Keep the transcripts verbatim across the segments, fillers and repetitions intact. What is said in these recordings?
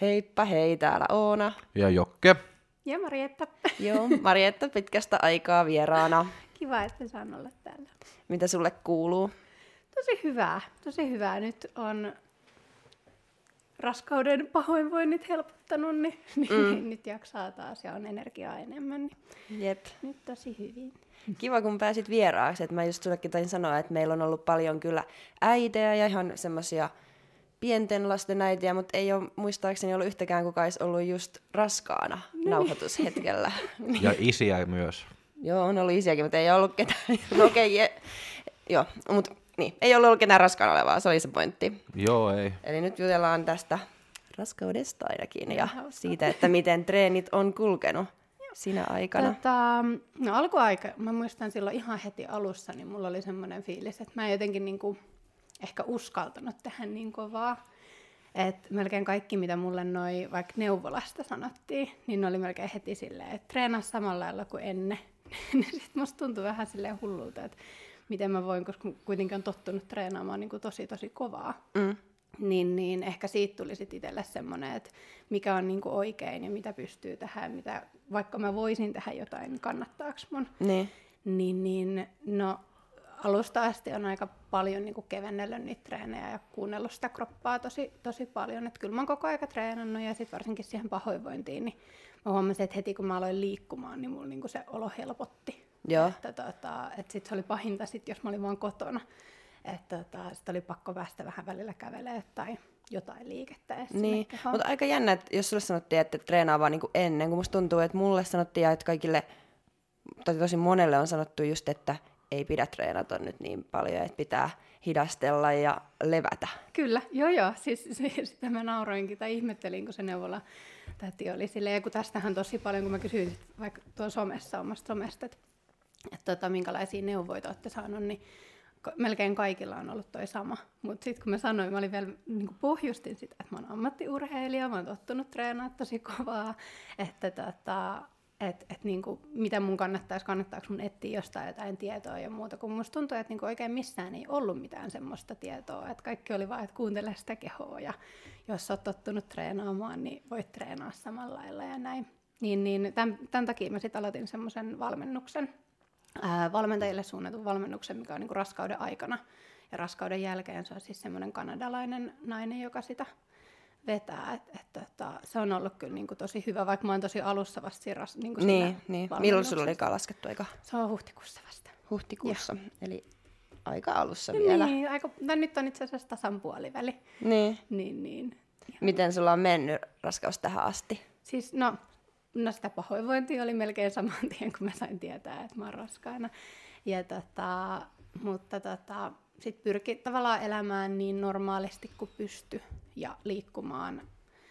Heippa hei, täällä Oona. Ja Jokke. Ja Marietta. Joo, Marietta pitkästä aikaa vieraana. Kiva, että saan olla täällä. Mitä sulle kuuluu? Tosi hyvää, tosi hyvää. Nyt on raskauden pahoinvoinnit helpottanut, niin, mm. niin nyt jaksaa taas ja on energiaa enemmän. Niin Jep. nyt tosi hyvin. Kiva, kun pääsit vieraaksi. Et mä just sullekin tain sanoa, että meillä on ollut paljon kyllä äitejä ja ihan semmosia pienten lasten äitiä, mutta ei ole muistaakseni ollut yhtäkään, kuka olisi ollut just raskaana no. nauhoitushetkellä. Ja isiä myös. Joo, on ollut isiäkin, mutta ei ollut ketään. No okei, okay, joo, mutta niin, ei ollut ketään raskaana olevaa, se oli se pointti. Joo, ei. Eli nyt jutellaan tästä raskaudesta ainakin ja siitä, että miten treenit on kulkenut sinä aikana. Tota, no alkuaika, mä muistan silloin ihan heti alussa, niin mulla oli semmoinen fiilis, että mä en jotenkin niinku ehkä uskaltanut tehdä niin kovaa. Että melkein kaikki, mitä mulle noi vaikka neuvolasta sanottiin, niin ne oli melkein heti silleen, että treenaa samalla lailla kuin ennen. Sitten musta tuntui vähän silleen hullulta, että miten mä voin, koska kuitenkin on tottunut treenaamaan niin kuin tosi tosi kovaa. Mm. Niin, niin ehkä siitä tuli sitten itselle semmoinen, että mikä on niin kuin oikein ja mitä pystyy tehdä, mitä, vaikka mä voisin tehdä jotain, niin kannattaako mun. Niin. Niin, niin no alusta asti on aika paljon niin kuin kevennellyt niitä treenejä ja kuunnellut sitä kroppaa tosi, tosi paljon. Että kyllä mä oon koko ajan treenannut ja sitten varsinkin siihen pahoinvointiin, niin mä huomasin, että heti kun mä aloin liikkumaan, niin mulla niin kuin se olo helpotti. Joo. Että, tota, että sit se oli pahinta, sit, jos mä olin vaan kotona. Että tota, sit oli pakko päästä vähän välillä kävelemään tai jotain liikettä. Niin, mutta aika jännä, että jos sulle sanottiin, että treenaa vaan niin kuin ennen, kun musta tuntuu, että mulle sanottiin ja että kaikille, tai tosi monelle on sanottu just, että ei pidä treenata nyt niin paljon, että pitää hidastella ja levätä. Kyllä, joo joo, siis sitä mä nauroinkin tai ihmettelin, kun se neuvola täti oli silleen, ja kun tästähän tosi paljon, kun mä kysyin vaikka tuolla somessa, omasta somesta, että, että tota, minkälaisia neuvoita olette saanut, niin melkein kaikilla on ollut toi sama. Mutta sitten kun mä sanoin, mä olin vielä, niin kuin pohjustin sitä, että mä oon ammattiurheilija, mä oon tottunut treenaamaan tosi kovaa, että tota, että et niinku, mitä mun kannattaisi, kannattaako mun etsiä jostain jotain tietoa ja muuta, kun musta tuntuu, että niinku oikein missään ei ollut mitään semmoista tietoa, että kaikki oli vaan, että kuuntele sitä kehoa ja jos oot tottunut treenaamaan, niin voit treenaa samalla lailla ja näin. Niin, niin tämän, tämän takia mä sitten aloitin semmoisen valmennuksen, ää, valmentajille suunnatun valmennuksen, mikä on niinku raskauden aikana ja raskauden jälkeen. Se on siis semmoinen kanadalainen nainen, joka sitä vetää, että et, et, se on ollut kyllä niinku tosi hyvä, vaikka mä oon tosi alussa vasta siinä niinku niin, niin. Milloin sulla olikaan laskettu aika? Se on huhtikuussa vasta. Huhtikuussa, ja. Eli aika alussa vielä. Niin, aika, no nyt on itse asiassa tasan puoliväli. Niin. niin, niin. Miten sulla on mennyt raskaus tähän asti? Siis no, no sitä pahoinvointia oli melkein saman tien, kun mä sain tietää, että mä oon raskaana. Ja tota, mutta tota, sitten pyrki tavallaan elämään niin normaalisti kuin pysty ja liikkumaan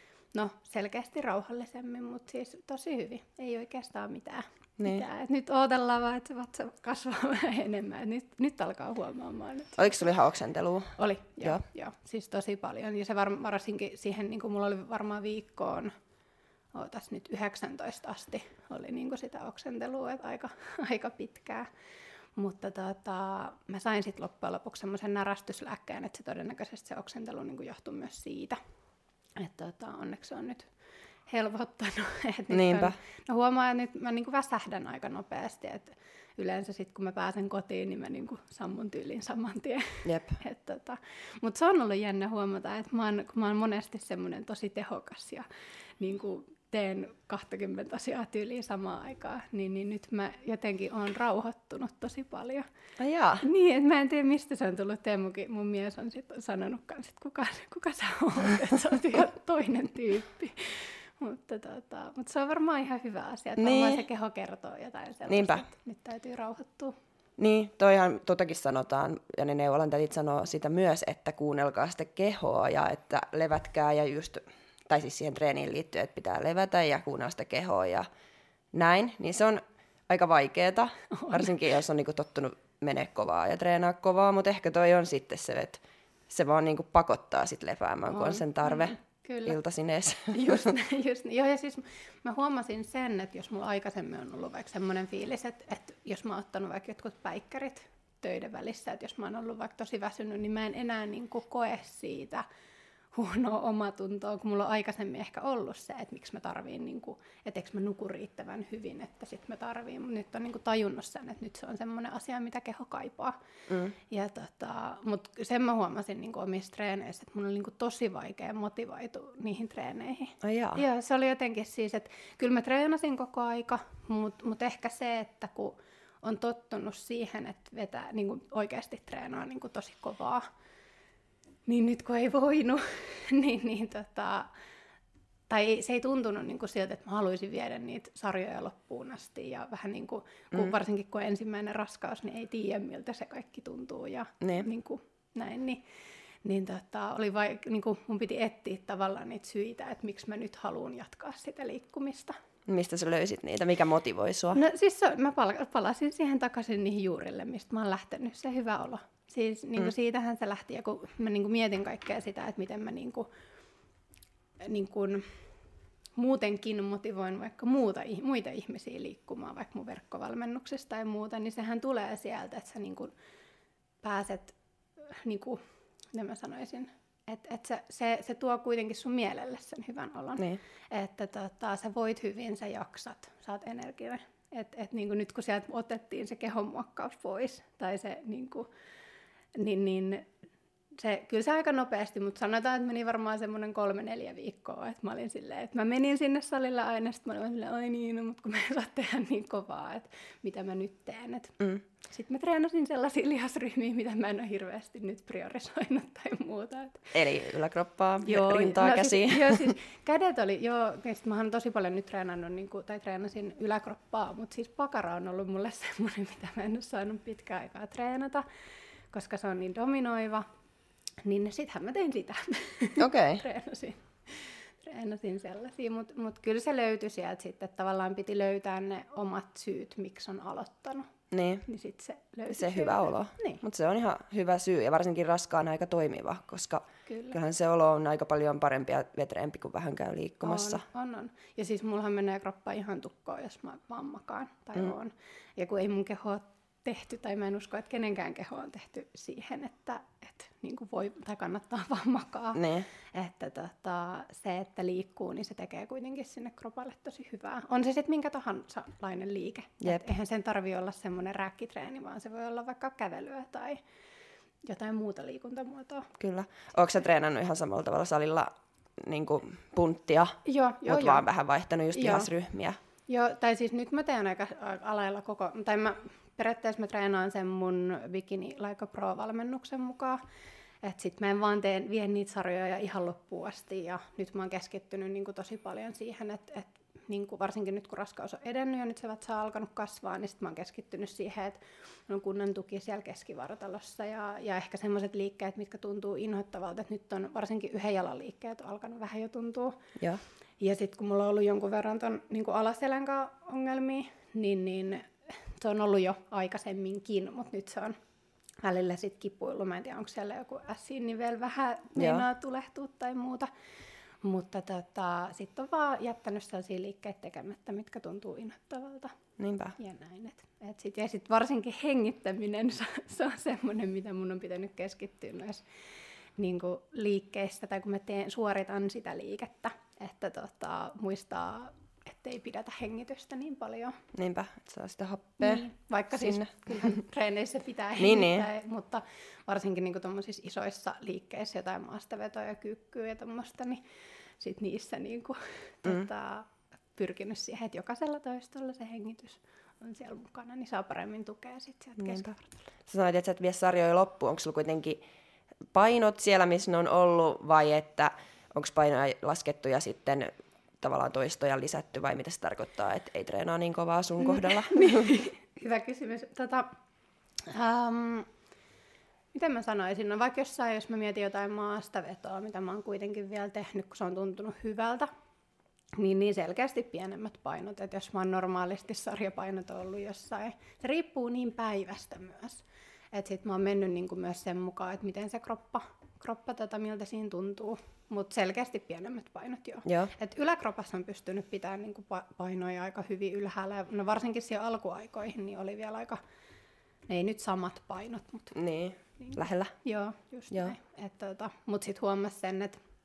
no selkeästi rauhallisemmin, mutta siis tosi hyvin. Ei oikeastaan mitään. Niin. mitään. Et nyt odotellaan vaan, että se vatsa kasvaa vähän enemmän. Nyt, nyt alkaa huomaamaan. Nyt. Oliko sulla ihan oksentelua? Oli, joo. joo. joo. Siis tosi paljon. Ja se var, varsinkin siihen, niin kuin mulla oli varmaan viikkoon, ootas nyt yhdeksäntoista asti, oli niin kuin sitä oksentelua, että aika, aika pitkää. Mutta tota, mä sain sitten loppujen lopuksi semmoisen närästyslääkkeen, että se todennäköisesti se oksentelu niin johtui myös siitä. Että tota, onneksi se on nyt helpottanut. Niinpä. On, no huomaan, että nyt mä niin sähdän aika nopeasti. Että yleensä sitten kun mä pääsen kotiin, niin mä niin sammun tyyliin saman tien. Jep. tota, mutta se on ollut jännä huomata, että mä oon, kun mä oon monesti semmoinen tosi tehokas ja niin kuin teen kaksikymmentä asiaa tyyliin samaan aikaan, niin, niin nyt mä jotenkin oon rauhoittunut tosi paljon. Ai jaa. Niin, että mä en tiedä mistä se on tullut. Teemukin, mun mies on sit sanonut kans, että kuka, kuka sä oot, että sä oot ihan toinen tyyppi. Mutta, tota, mutta se on varmaan ihan hyvä asia, että niin. Se keho kertoo jotain sellaista, Niinpä. Että nyt täytyy rauhoittua. Niin, toihan totakin sanotaan, ja ne neuvolantätit sanoo sitä myös, että kuunnelkaa sitä kehoa ja että levätkää ja just, tai siis siihen treeniin liittyen, että pitää levätä ja kuunnella sitä kehoa ja näin, niin se on aika vaikeeta, on. Varsinkin jos on niinku tottunut menee kovaa ja treenaa kovaa, mutta ehkä toi on sitten se, että se vaan niinku pakottaa sit lepäämään, on. Kun on sen tarve. Mm. Kyllä. Iltaisin ees. Just, just, joo, ja siis mä huomasin sen, että jos mulla aikaisemmin on ollut vaikka semmoinen fiilis, että, että jos mä oon ottanut vaikka jotkut päikkärit töiden välissä, että jos mä oon ollut vaikka tosi väsynyt, niin mä en enää niin kuin koe siitä huonoa omatuntoa, kun mulla on aikaisemmin ehkä ollut se, että miksi mä tarviin, niin kuin, että eikö mä nuku riittävän hyvin, että sit mä tarviin. Mut nyt on niin kuin tajunnut sen, että nyt se on semmoinen asia, mitä keho kaipaa. Mm. Ja tota, mut sen mä huomasin niin kuin omissa treeneissä, että mun on niin kuin tosi vaikea motivoitua niihin treeneihin. Ai jaa. Ja se oli jotenkin siis, että kyllä mä treenasin koko aika, mutta mut ehkä se, että kun on tottunut siihen, että vetää, niin kuin oikeasti treenaa niin kuin tosi kovaa, niin nyt kun ei voinut, niin, niin tota, tai se ei tuntunut niin kuin siltä, että mä haluaisin viedä niitä sarjoja loppuun asti. Ja vähän niin kuin, kun mm. varsinkin kun on ensimmäinen raskaus, niin ei tiedä miltä se kaikki tuntuu ja ne. niin kuin näin. Niin, niin tota, oli vai, niin kuin mun piti etsiä tavallaan niitä syitä, että miksi mä nyt haluan jatkaa sitä liikkumista. Mistä sä löysit niitä? Mikä motivoi sua? No siis se, mä palasin siihen takaisin niihin juurille, mistä mä oon lähtenyt, se hyvä olo. Siis niin kuin mm. siitähän se lähti, ja kun mä niin kuin mietin kaikkea sitä, että miten mä niin kuin, niin kuin muutenkin motivoin vaikka muuta, muita ihmisiä liikkumaan, vaikka mun verkkovalmennuksesta tai muuta, niin sehän tulee sieltä, että sä niin kuin pääset, niin kuin, miten mä sanoisin, että et se, se, se tuo kuitenkin sun mielelle sen hyvän olon. Niin. Että tota, sä voit hyvin, sä jaksat, sä oot energinen. Että et, niin nyt kun sieltä otettiin se kehonmuokkaus pois, tai se, niin kuin, niin, niin se, kyllä se aika nopeasti, mutta sanotaan, että meni varmaan semmoinen kolme, neljä viikkoa, että mä olin silleen, että mä menin sinne salilla aina, sitten mä olin silleen, ai niin, no, mutta kun mä en saa tehdä niin kovaa, että mitä mä nyt teen. Mm. Sitten mä treenasin sellaisia lihasryhmiä, mitä mä en ole hirveästi nyt priorisoinut tai muuta. Että eli yläkroppaa, joo, rintaa, no, käsiä. Siis, joo, siis kädet oli, joo, mä oon tosi paljon nyt treenannut, niin kuin, tai treenasin yläkroppaa, mutta siis pakara on ollut mulle semmoinen, mitä mä en ole saanut pitkään aikaa treenata, koska se on niin dominoiva. Niin sittenhän mä tein sitä. Okei. Okay. treenasin, treenasin sellaisia, mutta mut kyllä se löytyi sieltä sitten, että tavallaan piti löytää ne omat syyt, miksi on aloittanut. Niin, niin sit se löytyi. Se hyvä olo. Niin. Mutta se on ihan hyvä syy ja varsinkin raskaan aika toimiva, koska kyllä. kyllähän se olo on aika paljon parempi ja vetreempi, kun vähän käy liikkumassa. On, on, on. Ja siis mullahan menee kroppa ihan tukkoon, jos mä vaan makaan tai mm. oon. Ja kun ei mun keho tehty, tai mä en usko, että kenenkään keho on tehty siihen, että, että niin kuin voi, tai kannattaa vaan makaa. Ne. Että tota, se, että liikkuu, niin se tekee kuitenkin sinne kropalle tosi hyvää. On se sitten minkä tahansa lainen liike. Eihän sen tarvitse olla semmoinen räkkitreeni, vaan se voi olla vaikka kävelyä tai jotain muuta liikuntamuotoa. Kyllä. Ootko sä treenannut ihan samalla tavalla salilla niin kuin punttia, joo, joo, mutta vaan vähän vaihtanut just joo. lihasryhmiä? Joo, tai siis nyt mä teen aika alailla koko, tai mä periaatteessa mä treenaan sen mun Bikini Like a Pro-valmennuksen mukaan. Että sit mä en vaan teen, vie niitä sarjoja ihan loppuun asti. Ja nyt mä oon keskittynyt niinku tosi paljon siihen, että et, niinku varsinkin nyt kun raskaus on edennyt ja nyt se vatsa on alkanut kasvaa, niin sit mä oon keskittynyt siihen, että on kunnon tuki siellä keskivartalossa. Ja, ja ehkä semmoiset liikkeet, mitkä tuntuu inhoittavalta, että nyt on varsinkin yhden jalan liikkeet on alkanut vähän jo tuntua. Ja, ja sitten kun mulla on ollut jonkun verran ton niinku alaselän ongelmia, niin, niin se on ollut jo aikaisemminkin, mutta nyt se on välillä sit kipuillut. Mä en tiedä, onko siellä joku ässinivel vähän meinaa tulehtua tai muuta. Mutta tota, sitten on vaan jättänyt sellaisia liikkeitä tekemättä, mitkä tuntuu innoittavalta. Niinpä. Ja näin. Et, et sit, ja sitten varsinkin hengittäminen, se on semmoinen, mitä mun on pitänyt keskittyä myös niinku liikkeissä, tai kun mä teen, suoritan sitä liikettä, että tota, muistaa, ettei pidätä hengitystä niin paljon. Niinpä, että saa sitä happea niin, vaikka sinne. Siis kyllähän treeneissä pitää niin, hengittää, niin. mutta varsinkin niin tuommoisissa isoissa liikkeissä, jotain maastavetoja, kyykkyä ja tuommoista, niin sit niissä niin kuin, mm. tota, pyrkinyt siihen, että jokaisella toistolla se hengitys on siellä mukana, niin saa paremmin tukea sit sieltä keskivartaloa. Sä sanoit, että sä et vie sarjoja loppuun. Onko sulla kuitenkin painot siellä, missä ne on ollut, vai että onko painoja laskettu ja sitten tavallaan toistoja lisätty, vai mitä se tarkoittaa, että ei treenaa niin kovaa sun kohdalla? Hyvä kysymys. Tota, um, miten mä sanoisin? No vaikka jossain, jos mä mietin jotain maastavetoa, mitä mä oon kuitenkin vielä tehnyt, kun se on tuntunut hyvältä, niin, niin selkeästi pienemmät painot. Että jos mä oon normaalisti sarjapainot ollut jossain, se riippuu niin päivästä myös. Että sit mä oon mennyt niinku myös sen mukaan, että miten se kroppa, kroppa tota, miltä siinä tuntuu. Mutta selkeästi pienemmät painot jo. Joo. Et yläkropassa on pystynyt pitämään niinku painoja aika hyvin ylhäällä. No varsinkin siellä alkuaikoihin niin oli vielä aika, ei nyt samat painot. Mut, niin, niin, lähellä. Joo, just joo. näin. Tota, mutta sitten huomasi sen, että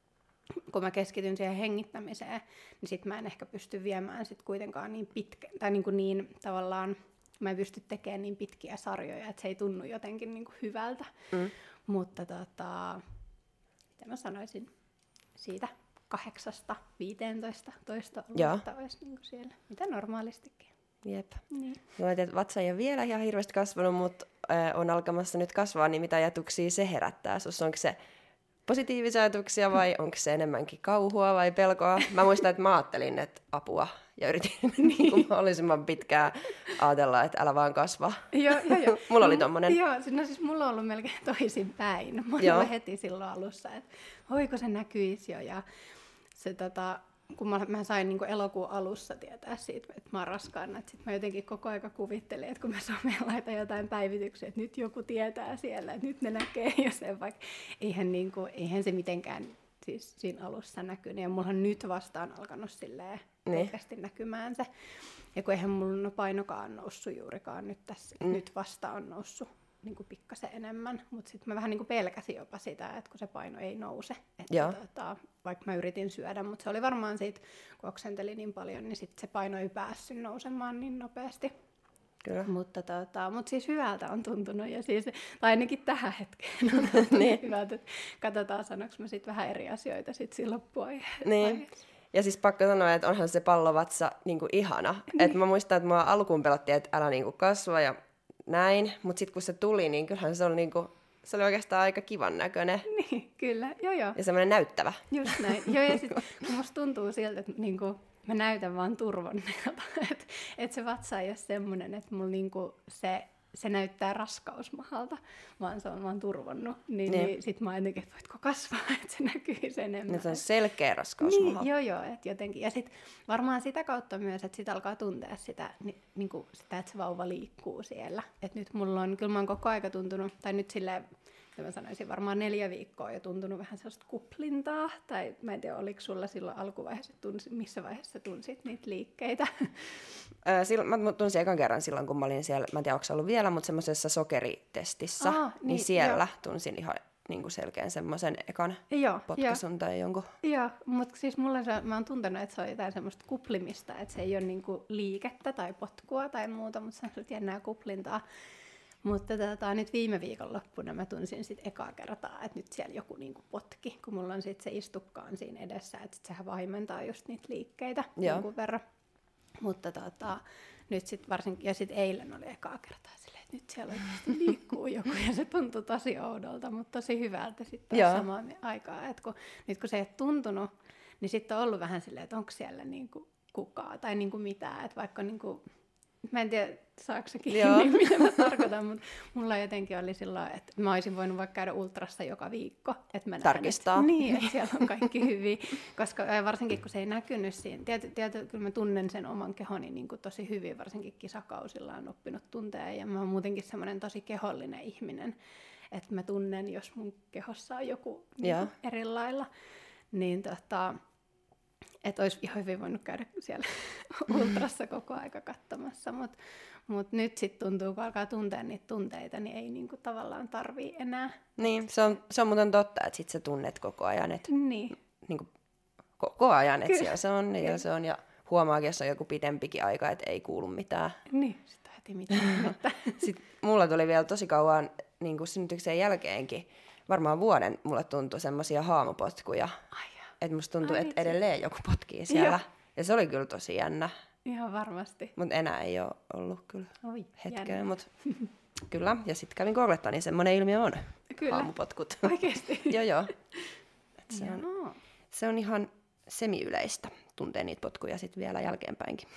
kun mä keskityn siihen hengittämiseen, niin sit mä en ehkä pysty viemään sit kuitenkaan niin pitkä, tai niin, kuin niin tavallaan, mä en pysty tekemään niin pitkiä sarjoja, että se ei tunnu jotenkin niin kuin hyvältä. Mm. Mutta tota, mitä mä sanoisin, siitä kahdeksasta viiteentoista toista olutta olisi niin kuin siellä, mitä normaalistikin. Jep. Niin. No, että vatsa ei ole vielä ihan hirveästi kasvanut, mutta äh, on alkamassa nyt kasvaa, niin mitä ajatuksia se herättää? Sus, onko se positiivisia ajatuksia vai onko se enemmänkin kauhua vai pelkoa? Mä muistan, että mä ajattelin, että apua ja yritin niin kuin mahdollisimman pitkään ajatella, että älä vaan kasva. Joo, joo, joo. Mulla oli tommonen. Joo, no siis mulla on ollut melkein toisin päin. Mulla heti silloin alussa, että voiko se näkyisi jo. Ja se, tota, kun mä, mä sain niin kuin elokuun alussa tietää siitä, että mä oon raskaana, että sit mä jotenkin koko aika kuvittelin, että kun mä someen laitan jotain päivityksiä, että nyt joku tietää siellä, että nyt ne näkee jo sen, vaikka eihän, niin kuin, eihän se mitenkään siis siinä alussa näkynyt. Ja mulla on nyt vastaan alkanut silleen niin. Oikeasti näkymään se. Ja kun eihän mulla painokaan noussut juurikaan nyt tässä, mm. nyt vasta on noussut niin kuin pikkasen enemmän, mutta sitten mä vähän niin kuin pelkäsin jopa sitä, että kun se paino ei nouse, että tota, vaikka mä yritin syödä, mutta se oli varmaan siitä, kun oksentelin niin paljon, niin sitten se paino ei päässyt nousemaan niin nopeasti. Kyllä. Mutta tota, mut siis hyvältä on tuntunut, ja siis, tai ainakin tähän hetkeen on tuntunut niin. hyvältä, että katsotaan sanoinko mä sitten vähän eri asioita sitten siinä loppuaiheessa. Niin. Ja siis pakko sanoa, että onhan se pallovatsa niinku ihana. Niin. Että mä muistan, että mua alkuun pelottiin, että älä niinku kasva ja näin, mutta sitten kun se tuli, niin kyllähän se oli, niinku, se oli oikeastaan aika kivan näköinen. Niin, kyllä, joo joo. Ja semmoinen näyttävä. Just näin. Joo, ja sitten kun musta tuntuu siltä, että niinku, mä näytän vaan turvonneelta, että et se vatsa ei ole semmoinen, että mulla niinku se, se näyttää raskausmahalta, vaan se on vaan turvonnut. Niin, niin. niin sit mä oon jotenkin, että voitko kasvaa, että se näkyy sen enemmän. Niin se on selkeä raskausmaha. Niin, joo joo, että jotenkin. Ja sit varmaan sitä kautta myös, että sit alkaa tuntea sitä, ni, niinku sitä, että se vauva liikkuu siellä. Että nyt mulla on, kyllä mä oon koko aika tuntunut, tai nyt silleen, mä sanoisin varmaan neljä viikkoa jo tuntunut vähän sellaista kuplintaa, tai mä en tiedä, oliko sulla silloin alkuvaiheessa, tunsi, missä vaiheessa tunsit niitä liikkeitä? Silloin, mä tunsin ekan kerran silloin, kun mä olin siellä, mä en tiedä, onko se ollut vielä, mutta semmoisessa sokeritestissä, Aa, niin, niin siellä jo. tunsin ihan niin kuin selkeän semmoisen ekan joo, potkasun jo. tai jonkun. Joo, mutta siis mulla se, mä oon tuntenut, että se on jotain semmoista kuplimista, että se ei ole niin kuin liikettä tai potkua tai muuta, mutta se on sellaista jännää kuplintaa. Mutta tota, nyt viime viikonloppuna mä tunsin sit ekaa kertaa, että nyt siellä joku niinku potki, kun mulla on sit se istukkaan siinä edessä, että sit sehän vaimentaa just niitä liikkeitä jonkun verran. Mutta tota, nyt sit varsinkin, ja sit eilen oli ekaa kertaa silleen, että nyt siellä oikeasti liikkuu joku, ja se tuntui tosi oudolta, mutta tosi hyvältä sitten samaan aikaan. Et kun, nyt kun se ei ole tuntunut, niin sitten on ollut vähän silleen, että onko siellä niinku kukaan tai niinku mitään, että vaikka niinku... Mä en tiedä, saako se kiinni, mitä mä tarkoitan, mutta mulla jotenkin oli silloin, että mä olisin voinut vaikka käydä ultrassa joka viikko. Että mä Tarkistaa. Näen, että, niin, että siellä on kaikki hyvin, koska varsinkin kun se ei näkynyt siinä. Tiety, tiety, kyllä mä tunnen sen oman kehoni niin kuin tosi hyvin, varsinkin kisakausilla on oppinut tuntea. Ja mä oon muutenkin semmoinen tosi kehollinen ihminen, että mä tunnen, jos mun kehossa on joku niin kuin eri lailla. Niin tota... Että olisi ihan hyvin voinut käydä siellä ultrassa koko aika katsomassa, mutta mut nyt sitten tuntuu, kun alkaa tuntea niitä tunteita, niin ei niinku tavallaan tarvii enää. Niin, se on, se on muuten totta, että sit sä tunnet koko ajan, että niin. niinku, koko ajan, että siellä se on, ja se on, ja huomaakin, jos on joku pidempikin aika, että ei kuulu mitään. Niin, sitä heti mitään. Sitten mulla tuli vielä tosi kauan niin kuin synnytyksen jälkeenkin, varmaan vuoden mulle tuntui semmoisia haamupotkuja. Ai. Että musta tuntuu, että edelleen joku potkii siellä. Joo. Ja se oli kyllä tosi jännä. Ihan varmasti. Mutta enää ei ole ollut kyllä Oi, hetkeä. Mut kyllä, ja sitten kävin googlettaa, niin semmoinen ilmiö on. Kyllä. Haamupotkut. Oikeesti? joo, joo. Et se, on, se on ihan semi-yleistä, tuntee niitä potkuja sitten vielä jälkeenpäinkin.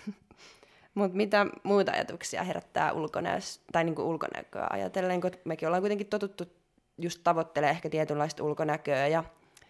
Mutta mitä muita ajatuksia herättää ulkonäössä, tai niinku ulkonäköä ajatellen, kun mekin ollaan kuitenkin totuttu just tavoittelemaan ehkä tietynlaista ulkonäköä, ja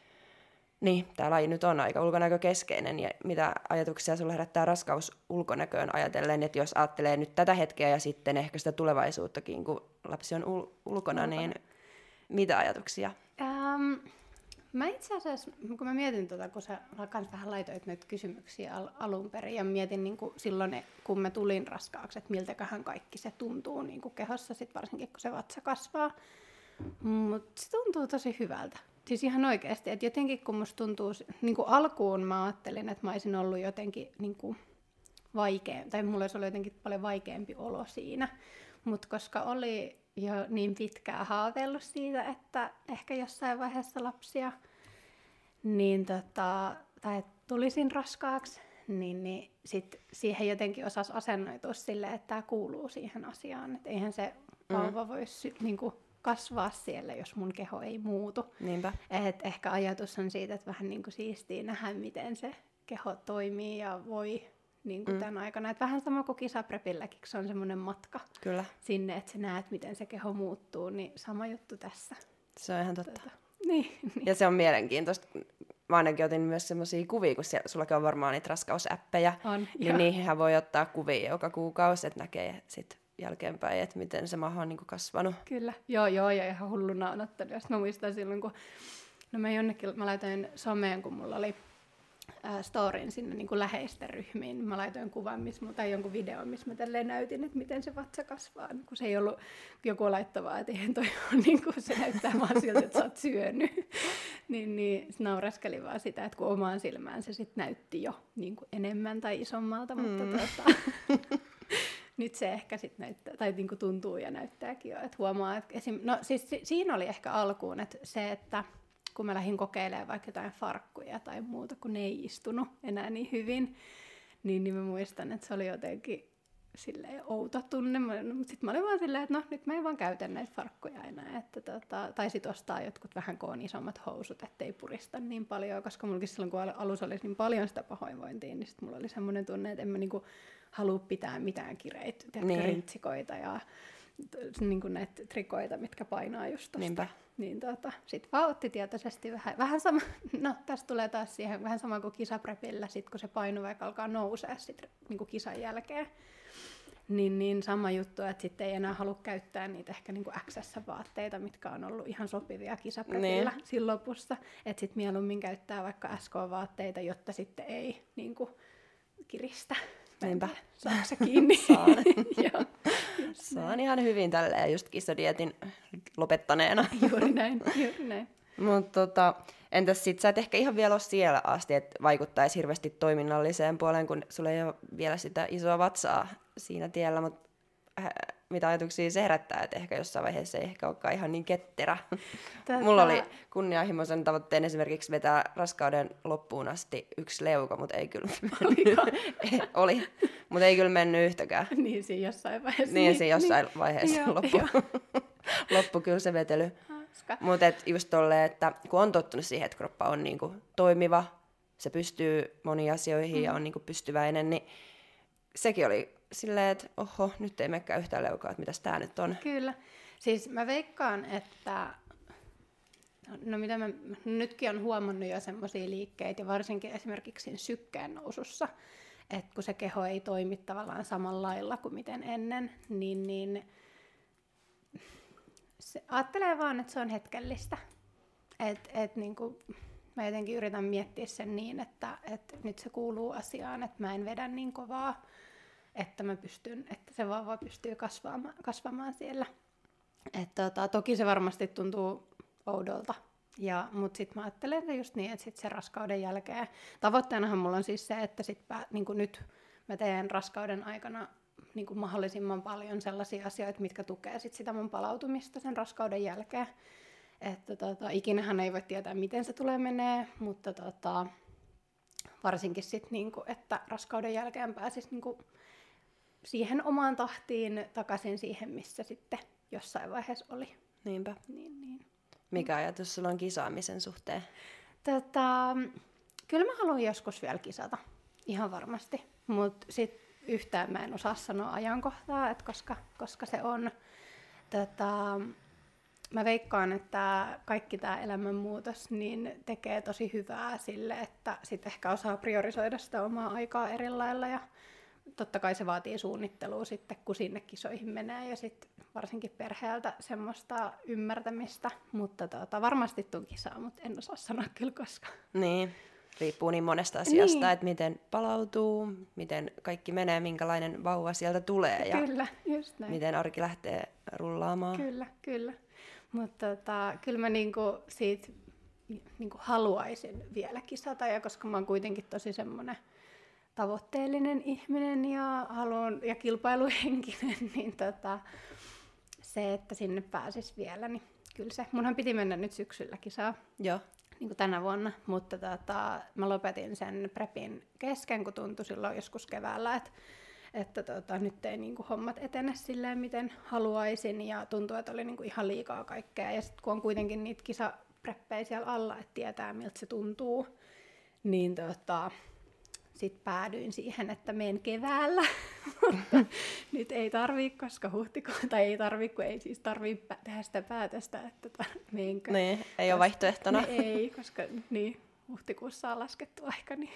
niin, tämä laji nyt on aika ulkonäkökeskeinen, ja mitä ajatuksia sulla herättää raskaus ulkonäköön ajatellen, että jos ajattelee nyt tätä hetkeä ja sitten ehkä sitä tulevaisuuttakin, kun lapsi on ul- ulkona, niin mitä ajatuksia? Ähm, mä itse asiassa, kun mä mietin tuota, kun sä kans vähän laitoit näitä kysymyksiä al- alun perin, ja mietin niin kuin silloin, kun mä tulin raskaaksi, että miltäköhän kaikki se tuntuu niin kuin kehossa, sit varsinkin kun se vatsa kasvaa, mutta se tuntuu tosi hyvältä. siis ihan oikeasti, että jotenkin kun musta tuntuu, niin kuin alkuun mä ajattelin, että mä olisin ollut jotenkin niin kuin vaikea, tai mulla olisi ollut jotenkin paljon vaikeampi olo siinä, mutta koska oli jo niin pitkään haaveillut siitä, että ehkä jossain vaiheessa lapsia, niin tota, tai tulisin raskaaksi, niin, niin sit siihen jotenkin osasi asennoitua silleen, että tämä kuuluu siihen asiaan, että eihän se vauva mm. voi sy- niinku kasvaa siellä, jos mun keho ei muutu. Niinpä. Et ehkä ajatus on siitä, että vähän niinku siistiä nähdä, miten se keho toimii ja voi niinku mm. tämän aikana. Et vähän sama kuin kisaprepilläkin, se on semmoinen matka Kyllä. sinne, että sä näet, miten se keho muuttuu, niin sama juttu tässä. Se on ihan totta. Tota, niin, niin. Ja se on mielenkiintoista. Mä ainakin otin myös semmosia kuvia, kun siellä, sullakin on varmaan niitä raskausäppejä, On, niin joo. niihinhän voi ottaa kuvia joka kuukausi, että näkee sit jälkeenpäin, että miten se maha on niinku kasvanut. Kyllä, joo, joo, ja ihan hulluna on ottanut. Ja mä muistan silloin, kun no mä jonnekin, mä laitoin someen, kun mulla oli ää, storyn sinne niin kuin läheisten ryhmiin. Mä laitoin kuvan, missä, tai jonkun videon, missä mä tälleen näytin, että miten se vatsa kasvaa. Kun se ei ollut joku laittavaa, että eihän toi ole, niin kuin se näyttää vaan siltä, että sä oot syönyt. niin, niin naureskeli vaan sitä, että kun omaan silmään se sit näytti jo niin kuin enemmän tai isommalta, mm. mutta tuota, nyt se ehkä sit näyttää, tai niinku tuntuu ja näyttääkin jo, että huomaa, että esim... no siis si- siinä oli ehkä alkuun, että se, että kun mä lähdin kokeilemaan vaikka jotain farkkuja tai muuta, kun ne ei istunut enää niin hyvin, niin, niin mä muistan, että se oli jotenkin silleen outo tunne, mutta sitten mä olin vaan silleen, että no nyt mä en vaan käytä näitä farkkuja enää, että tota, tai sit ostaa jotkut vähän koon isommat housut, ettei purista niin paljon, koska mullakin silloin, kun alussa oli niin paljon sitä pahoinvointia, niin sit mulla oli semmoinen tunne, että en mä niinku halua pitää mitään kireitä, niin. rintsikoita ja niin kuin näitä trikoita, mitkä painaa just tosta. Niinpä. Niin tota, sit vaan otti tietoisesti vähän, vähän sama, no tästä tulee taas siihen vähän sama kuin kisaprepillä, sit kun se paino vaikka alkaa nousea sit niin kuin kisan jälkeen, niin, niin sama juttu, että sitten ei enää halua käyttää niitä ehkä niin kuin X S-vaatteita, mitkä on ollut ihan sopivia kisaprepillä niin. siinä lopussa, että sitten mieluummin käyttää vaikka S K-vaatteita, jotta sitten ei niin kuin kiristä. Niinpä. Saatko sä kiinni? Saan. Joo. Saan ihan hyvin tälleen just kissadietin lopettaneena. Juuri näin, juuri näin. Mutta tota, entäs sit sä et ehkä ihan vielä ole siellä asti, että vaikuttaisi hirveästi toiminnalliseen puoleen, kun sulla ei ole vielä sitä isoa vatsaa siinä tiellä, mutta äh, mitä ajatuksia se herättää, että ehkä jossain vaiheessa ei ehkä olekaan ihan niin ketterä. Tätä... Mulla oli kunnianhimoisen tavoitteen esimerkiksi vetää raskauden loppuun asti yksi leuka, mutta ei kyllä mennyt. Oli, mutta ei kyllä mennyt yhtäkään. Niin siinä jossain vaiheessa. Niin, niin siinä jossain niin, vaiheessa joo, loppu. Jo. loppu kyllä se vetely. Mutta just tolleen, että kun on tottunut siihen, että kroppa on niinku toimiva, se pystyy moniin asioihin mm. ja on niinku pystyväinen, niin sekin oli silleen, että oho, nyt ei menekään yhtään leukaa, että mitäs tää nyt on. Kyllä. Siis mä veikkaan, että no mitä mä nytkin on huomannut jo semmoisia liikkeitä, ja varsinkin esimerkiksi siinä sykkeen nousussa, että kun se keho ei toimi tavallaan samalla lailla kuin miten ennen, niin, niin se, ajattelee vaan, että se on hetkellistä. Et, et niinku, mä jotenkin yritän miettiä sen niin, että et nyt se kuuluu asiaan, että mä en vedä niin kovaa, että mä pystyn, että se vauva pystyy kasvamaan, kasvamaan siellä. Et tota, toki se varmasti tuntuu oudolta, ja, mutta sitten mä ajattelen, että just niin, että sit se raskauden jälkeen, tavoitteenahan mulla on siis se, että sit pä, niin nyt mä teen raskauden aikana niin kuin mahdollisimman paljon sellaisia asioita, mitkä tukee sit sitä mun palautumista sen raskauden jälkeen. Että tota, ikinähän ei voi tietää, miten se tulee menee, mutta tota, varsinkin sit, niin kuin, että raskauden jälkeen pääsisi niin kuin siihen omaan tahtiin takaisin siihen, missä sitten jossain vaiheessa oli. Niinpä. Niin, niin. Mikä ajatus sulla on kisaamisen suhteen? Tota, kyllä mä haluan joskus vielä kisata, ihan varmasti. Mutta sitten yhtään mä en osaa sanoa ajankohtaa, että koska, koska se on. Tota, mä veikkaan, että kaikki tämä elämänmuutos niin tekee tosi hyvää sille, että sit ehkä osaa priorisoida sitä omaa aikaa eri lailla. Ja totta kai se vaatii suunnittelua sitten, kun sinne kisoihin menee, ja sitten varsinkin perheeltä semmoista ymmärtämistä, mutta tota, varmasti tuun kisaa, mutta en osaa sanoa kyllä koskaan. Niin, riippuu niin monesta asiasta, niin. Että miten palautuu, miten kaikki menee, minkälainen vauva sieltä tulee, ja kyllä, just näin. miten arki lähtee rullaamaan. Kyllä, kyllä. Mutta tota, kyllä mä niinku siitä niin kuin haluaisin vielä kisata, ja koska mä oon kuitenkin tosi semmoinen tavoitteellinen ihminen ja, haluan, ja kilpailuhenkinen, niin tota, se, että sinne pääsis vielä, niin kyllä se. Munhan piti mennä nyt syksyllä kisaa, Joo. niin kuin tänä vuonna, mutta tota, mä lopetin sen prepin kesken, kun tuntui silloin joskus keväällä, että, että tota, nyt ei niin kuin hommat etene silleen, miten haluaisin, ja tuntuu, että oli niin kuin ihan liikaa kaikkea. Ja sitten kun on kuitenkin niitä kisapreppejä siellä alla, että tietää, miltä se tuntuu, niin tota, sitten päädyin siihen, että menen keväällä, mutta nyt ei tarvii, koska huhtikuun, tai ei tarvii, kun ei siis tarvii tehdä sitä päätöstä, että tar- menkö. Niin, ei ole vaihtoehtona. Ne ei, koska niin, huhtikuussa on laskettu aika, niin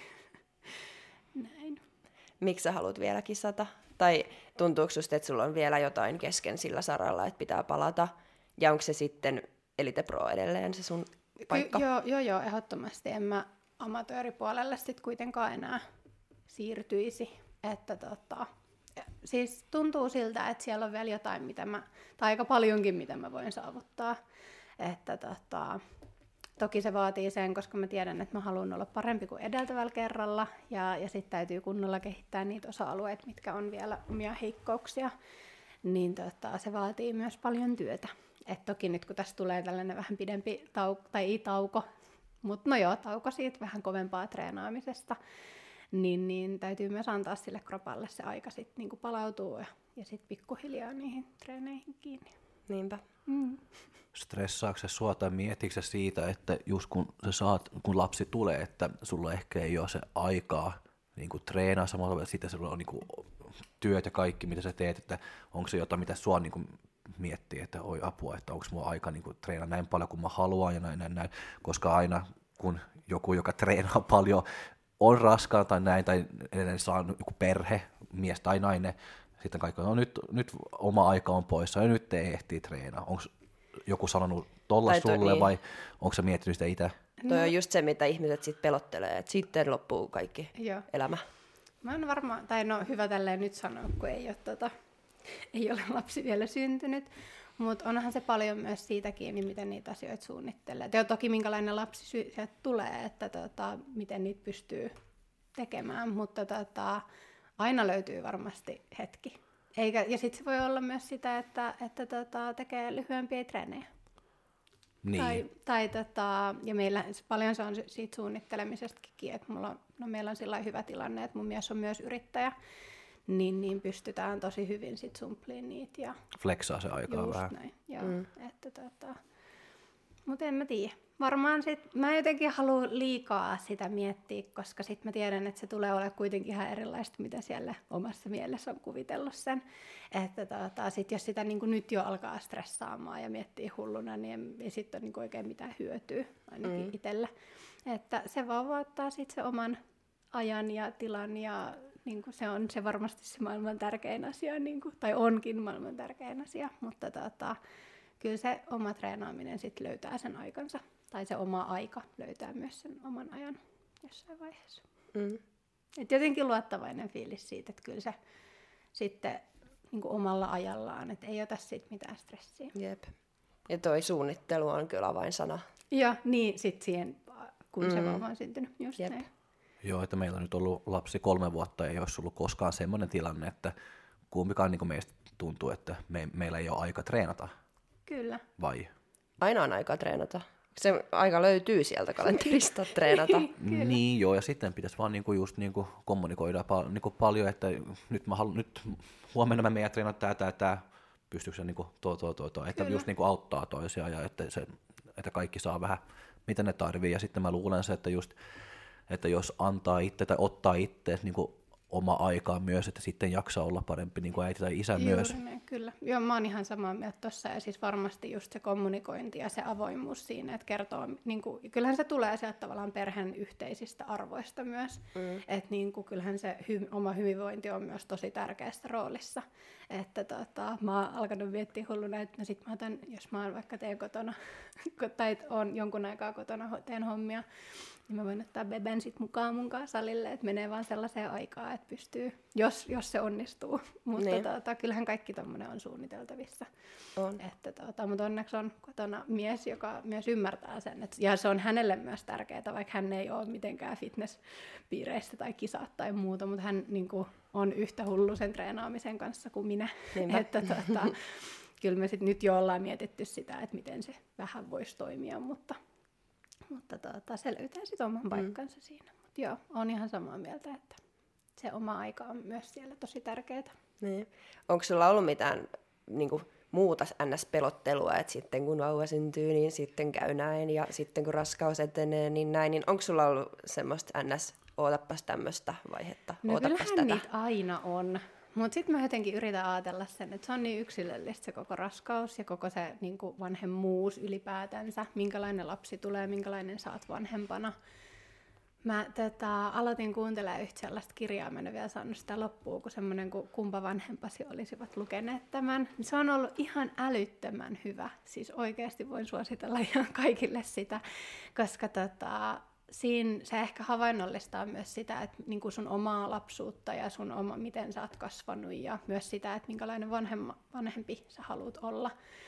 näin. Miksi sä haluat vielä kisata? Tai tuntuuko susta, että sulla on vielä jotain kesken sillä saralla, että pitää palata? Ja onko se sitten Elite Pro edelleen se sun paikka? Ky- joo, joo, joo, ehdottomasti. En mä amatööripuolelle sit kuitenkaan enää siirtyisi. Että tota, siis tuntuu siltä, että siellä on vielä jotain, mitä mä, tai aika paljonkin, mitä mä voin saavuttaa. Että tota, toki se vaatii sen, koska mä tiedän, että mä haluan olla parempi kuin edeltävällä kerralla. Ja, ja sitten täytyy kunnolla kehittää niitä osa-alueita, mitkä on vielä omia heikkouksia. Niin tota, se vaatii myös paljon työtä. Et toki nyt kun tässä tulee tällainen vähän pidempi tauko, tai ei tauko, mutta no joo, tauko siitä vähän kovempaa treenaamisesta, niin, niin täytyy myös antaa sille kropalle se aika sitten niinku palautua ja, ja sitten pikkuhiljaa niihin treeneihin kiinni. Niinpä. Mm. Stressaako se sua tai mietitkö se siitä, että just kun, sä saat, kun lapsi tulee, että sulla ehkä ei ole se aikaa niin kuin treenaa samalla tavalla, sitten sulla on niin kuin työt ja kaikki, mitä sä teet, että onko se jotain, mitä sua niin kuin miettii, että oi apua, että onko mulla aika niin kuin treenaa näin paljon kuin mä haluan ja näin, näin, näin, koska aina kun joku, joka treenaa paljon, on raskaan tai näin, tai edelleen saa joku perhe, mies tai nainen, sitten kaikki on, no nyt, nyt oma aika on poissa ja nyt ei ehtii treenaa. Onko joku sanonut tolla Tai toi, sulle niin. vai onko sä miettinyt sitä itse? Toi on just se, mitä ihmiset sitten pelottelee, että sitten loppuu kaikki Joo. elämä. Mä en varmaan, tai no hyvä tälleen nyt sanoa, kun ei ole, tota, ei ole lapsi vielä syntynyt, mutta onhan se paljon myös siitä kiinni, miten niitä asioita suunnittelee. Ja toki minkälainen lapsi sy- sieltä tulee, että tota, miten niitä pystyy tekemään, mutta tota, aina löytyy varmasti hetki. Eikä, ja sitten se voi olla myös sitä, että, että tota, tekee lyhyempiä treenejä. Niin. Tai, tai tota, ja meillä paljon se on siitä suunnittelemisestakin, että mulla on, no meillä on sillä hyvä tilanne, että mun mies on myös yrittäjä, niin, niin pystytään tosi hyvin sit sumpliin niitä. Ja Flexaa se aikaa just vähän. näin, joo. Mm. Että, tota, mutta en mä tiedä. Varmaan sit, mä jotenkin haluan liikaa sitä miettiä, koska sit mä tiedän, että se tulee olemaan kuitenkin ihan erilaista, mitä siellä omassa mielessä on kuvitellut sen. Että tota, sit jos sitä niin nyt jo alkaa stressaamaan ja miettii hulluna, niin ei sit ole niin oikein mitään hyötyä ainakin mm. itselle. Että se vaan voittaa sit se oman ajan ja tilan ja niin se on se varmasti se maailman tärkein asia, niin kuin, tai onkin maailman tärkein asia, mutta tota, kyllä se oma treenaaminen sit löytää sen aikansa. Tai se oma aika löytää myös sen oman ajan jossain vaiheessa. Mm. Et jotenkin luottavainen fiilis siitä, että kyllä se sitten niin kuin omalla ajallaan, että ei ota siitä mitään stressiä. Jep. Ja toi suunnittelu on kyllä avainsana. Ja niin sitten siihen, kun mm. se Mm. vauva on syntynyt. Just Jep. näin. Joo, että meillä on nyt ollut lapsi kolme vuotta, ei olisi ollut koskaan semmoinen tilanne, että kumpikaan niin kuin meistä tuntuu, että me, meillä ei ole aika treenata, Kyllä. vai? Aina on aikaa treenata. Se aika löytyy sieltä kalenterista treenata. Kyllä. Niin joo, ja sitten pitäisi vaan niinku just niinku kommunikoida pal- niinku paljon, että nyt, mä haluan, nyt huomenna mä meidän treenata tää, tää, tää, pystyykö se niinku tuo, tuo, tuo, tuo, että Kyllä. just niinku auttaa toisiaan ja että, se, että kaikki saa vähän mitä ne tarvii, ja sitten mä luulen se, että just, että jos antaa itse tai ottaa itse niinku oma aikaa myös, että sitten jaksaa olla parempi niin kuin äiti tai isä Juuri myös. näin, kyllä. Joo, mä oon ihan samaa mieltä tossa, ja siis varmasti just se kommunikointi ja se avoimuus siinä, että kertoo, niin kuin, kyllähän se tulee sieltä tavallaan perheen yhteisistä arvoista myös, mm. että niin kuin, kyllähän se hy, oma hyvinvointi on myös tosi tärkeässä roolissa, että tota, mä oon alkanut miettiä hulluna, että no sit mä otan, jos mä oon vaikka teen kotona, tai oon jonkun aikaa kotona, teen hommia, niin mä voin ottaa Beben sit mukaan mun kanssa salille, että menee vaan sellaiseen aikaan, että pystyy, jos, jos se onnistuu. Mutta Niin. tota, kyllähän kaikki tommonen on suunniteltavissa. On. Että tota, mutta onneksi on kotona mies, joka myös ymmärtää sen. Et, ja se on hänelle myös tärkeää, vaikka hän ei ole mitenkään fitnesspiireissä tai kisat tai muuta, mutta hän niin kuin, on yhtä hullu sen treenaamisen kanssa kuin minä. Että, tota, kyllä me sit nyt jo ollaan mietitty sitä, että miten se vähän voisi toimia, mutta, mutta tota, se löytää sitten oman paikkansa mm. siinä. Mutta joo, on ihan samaa mieltä, että se oma aika on myös siellä tosi tärkeää. Niin. Onko sulla ollut mitään niin kuin, muuta N S-pelottelua, että sitten kun vauva syntyy, niin sitten käy näin, ja sitten kun raskaus etenee, niin näin, niin onko sulla ollut semmoista N S, ootapas tämmöistä vaihetta, no ootapas kyllähän tätä? niitä aina on, mutta sitten mä jotenkin yritän ajatella sen, että se on niin yksilöllistä se koko raskaus ja koko se niin kuin vanhemmuus ylipäätänsä, minkälainen lapsi tulee, minkälainen sä oot vanhempana. Mä tätä, aloitin kuuntelemaan yhtä sellaista kirjaa, mä en ole vielä saanut sitä loppuun, kun semmoinen kuin Kumpa vanhempasi olisivat lukeneet tämän. Se on ollut ihan älyttömän hyvä, siis oikeasti voin suositella ihan kaikille sitä, koska tota, siinä se ehkä havainnollistaa myös sitä, että niin kuin sun omaa lapsuutta ja sun oma, miten sä oot kasvanut ja myös sitä, että minkälainen vanhemma, vanhempi sä haluat olla.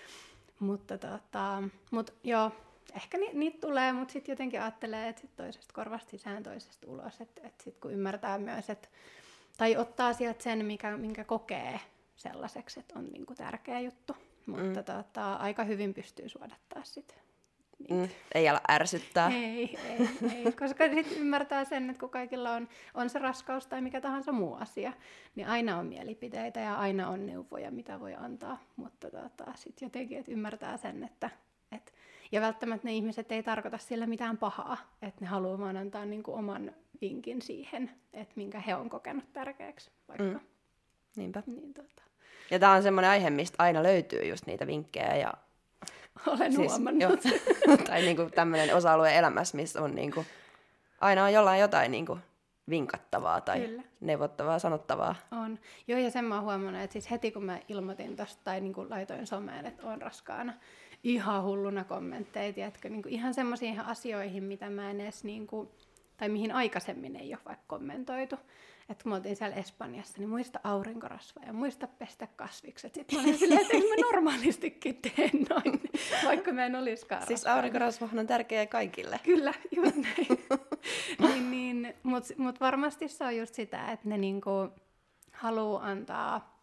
Mutta tota, mut joo, ehkä ni, niitä tulee, mutta sitten jotenkin ajattelee, että sit toisesta korvasta sisään, toisesta ulos. Että et sitten kun ymmärtää myös, että, tai ottaa sieltä sen, mikä, minkä kokee sellaiseksi, että on niinku tärkeä juttu. Mutta mm. tota, aika hyvin pystyy suodattaa sitten. Mm, ei ala ärsyttää. Ei, ei, ei, koska sitten ymmärtää sen, että kun kaikilla on, on se raskaus tai mikä tahansa muu asia, niin aina on mielipiteitä ja aina on neuvoja, mitä voi antaa. Mutta tota, sitten jotenkin, että ymmärtää sen, että et, ja välttämättä ne ihmiset ei tarkoita sillä mitään pahaa, että ne haluaa vaan antaa niinku oman vinkin siihen, että minkä he on kokenut tärkeäksi. Vaikka. Mm. Niinpä. Niin, tota. Ja tämä on semmoinen aihe, mistä aina löytyy just niitä vinkkejä ja olen siis, huomannut. Jo, tai niinku tämmöinen osa-alue elämässä, missä on niinku, aina on jollain jotain niinku vinkattavaa tai Kyllä. neuvottavaa, sanottavaa. On. Joo, ja sen mä oon huomannut, että siis heti kun mä ilmoitin tosta tai niinku laitoin someen, että oon raskaana, ihan hulluna kommentteja, tiedätkö, niinku ihan semmoisiin asioihin, mitä mä en edes, niinku, tai mihin aikaisemmin ei ole vaikka kommentoitu. Että kun me oltiin siellä Espanjassa, niin muista aurinkorasva ja muista pestä kasvikset. Sitten mä olin silleen, että eikö mä normaalistikin tee noin, vaikka mä en olisikaan Siis aurinkorasvahan on tärkeä kaikille. Kyllä, just näin. niin, niin, Mutta mut varmasti se on just sitä, että ne niinku haluaa antaa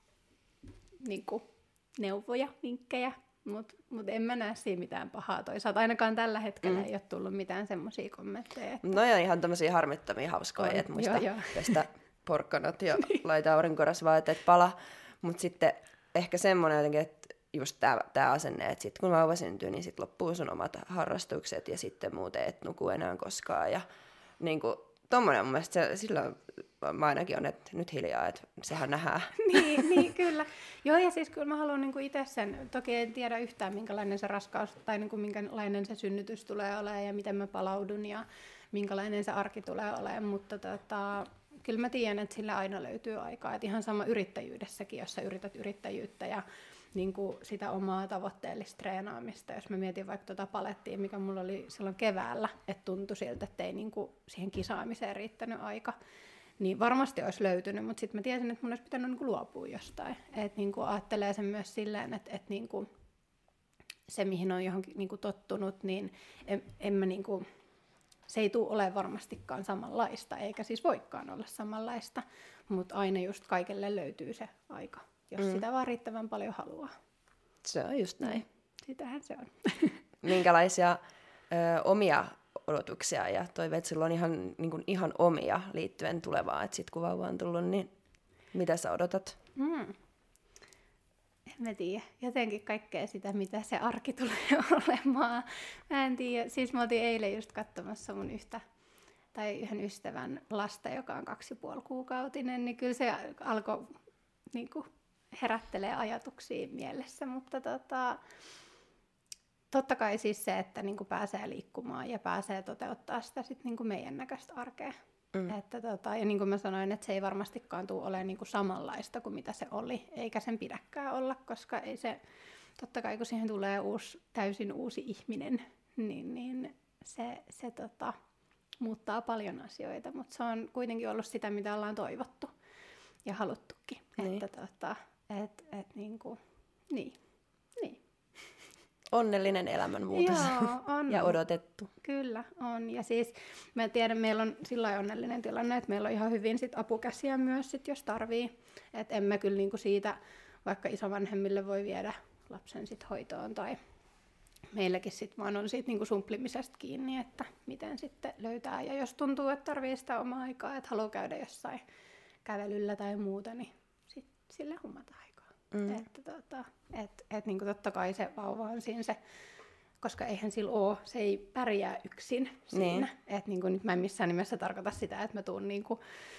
niinku neuvoja, vinkkejä, mutta mut en mä näe siinä mitään pahaa. Toisaalta ainakaan tällä hetkellä mm. ei ole tullut mitään semmoisia kommentteja. Että... No ja ihan tämmöisiä harmittomia hauskoja, että muista joo, joo. pestä porkkanat ja laita aurinkorasvaa, että et pala. Mutta sitten ehkä semmoinen jotenkin, että just tämä asenne, että sitten kun vauva syntyy, niin sitten loppuu sun omat harrastukset ja sitten muuten et nuku enää koskaan. Ja niinku, tommoinen mun mielestä se, silloin mä ainakin on, että nyt hiljaa, että sehän nähdään. niin, niin, kyllä. Joo, ja siis kyllä mä haluan niinku itse sen, toki en tiedä yhtään minkälainen se raskaus tai niinku minkälainen se synnytys tulee olemaan ja miten mä palaudun ja minkälainen se arki tulee olemaan, mutta tota, kyllä mä tiedän, että sillä aina löytyy aikaa. Et ihan sama yrittäjyydessäkin, jos sä yrität yrittäjyyttä ja niin kuin sitä omaa tavoitteellista treenaamista. Jos mä mietin vaikka tuota palettia, mikä mulla oli silloin keväällä, että tuntui siltä, että ei niin kuin siihen kisaamiseen riittänyt aika, niin varmasti olisi löytynyt, mutta sitten mä tiesin, että mun olisi pitänyt niin kuin luopua jostain. Että niin kuin ajattelee sen myös silleen, että, että niin kuin se, mihin on johonkin niin kuin tottunut, niin en, en mä niin kuin, se ei tule olemaan varmastikaan samanlaista, eikä siis voikaan olla samanlaista, mutta aina just kaikelle löytyy se aika, jos mm. sitä vaan riittävän paljon haluaa. Se on just näin. Sitähän se on. Minkälaisia ö, omia odotuksia ja toiveet sulla on ihan, niin kuin ihan omia liittyen tulevaan, että sit kun vauva on tullut, niin mitä sä odotat? Mm. En mä tiedä. Jotenkin kaikkea sitä, mitä se arki tulee olemaan. Mä en tiedä. Siis me oltiin eilen just katsomassa mun yhtä, tai yhden ystävän lasta, joka on kaksi ja puoli kuukautinen, niin kyllä se alkoi niin kuin herättelee ajatuksia mielessä, mutta tota, totta kai siis se, että niin kuin pääsee liikkumaan ja pääsee toteuttaa sitä sit niin kuin meidän näköistä arkea. Mm. Että tota, ja niin kuin mä sanoin, että se ei varmastikaan tule olemaan niin kuin samanlaista kuin mitä se oli, eikä sen pidäkään olla, koska ei se, totta kai kun siihen tulee uusi, täysin uusi ihminen, niin, niin se, se tota, muuttaa paljon asioita, mutta se on kuitenkin ollut sitä, mitä ollaan toivottu ja haluttukin. Niin. Että tota, et, et niinku, niin, niin. Onnellinen elämänmuutos. Joo, on. Ja odotettu. Kyllä, on. Ja siis mä tiedän, meillä on sillä lailla onnellinen tilanne, että meillä on ihan hyvin sit apukäsiä myös, sit, jos tarvii. Että emme kyllä niinku siitä, vaikka isovanhemmille voi viedä lapsen sit hoitoon tai meilläkin sit vaan on siitä niinku sumplimisesta kiinni, että miten sitten löytää. Ja jos tuntuu, että tarvii sitä omaa aikaa, että haluaa käydä jossain kävelyllä tai muuta, niin sit sille hommata aikaa. Mm. Että tota, et, et niinku totta kai se vauva on siinä se, koska eihän sillä ole, se ei pärjää yksin siinä. Niin. Että niinku nyt mä en missään nimessä tarkoita sitä, että mä tuun niinku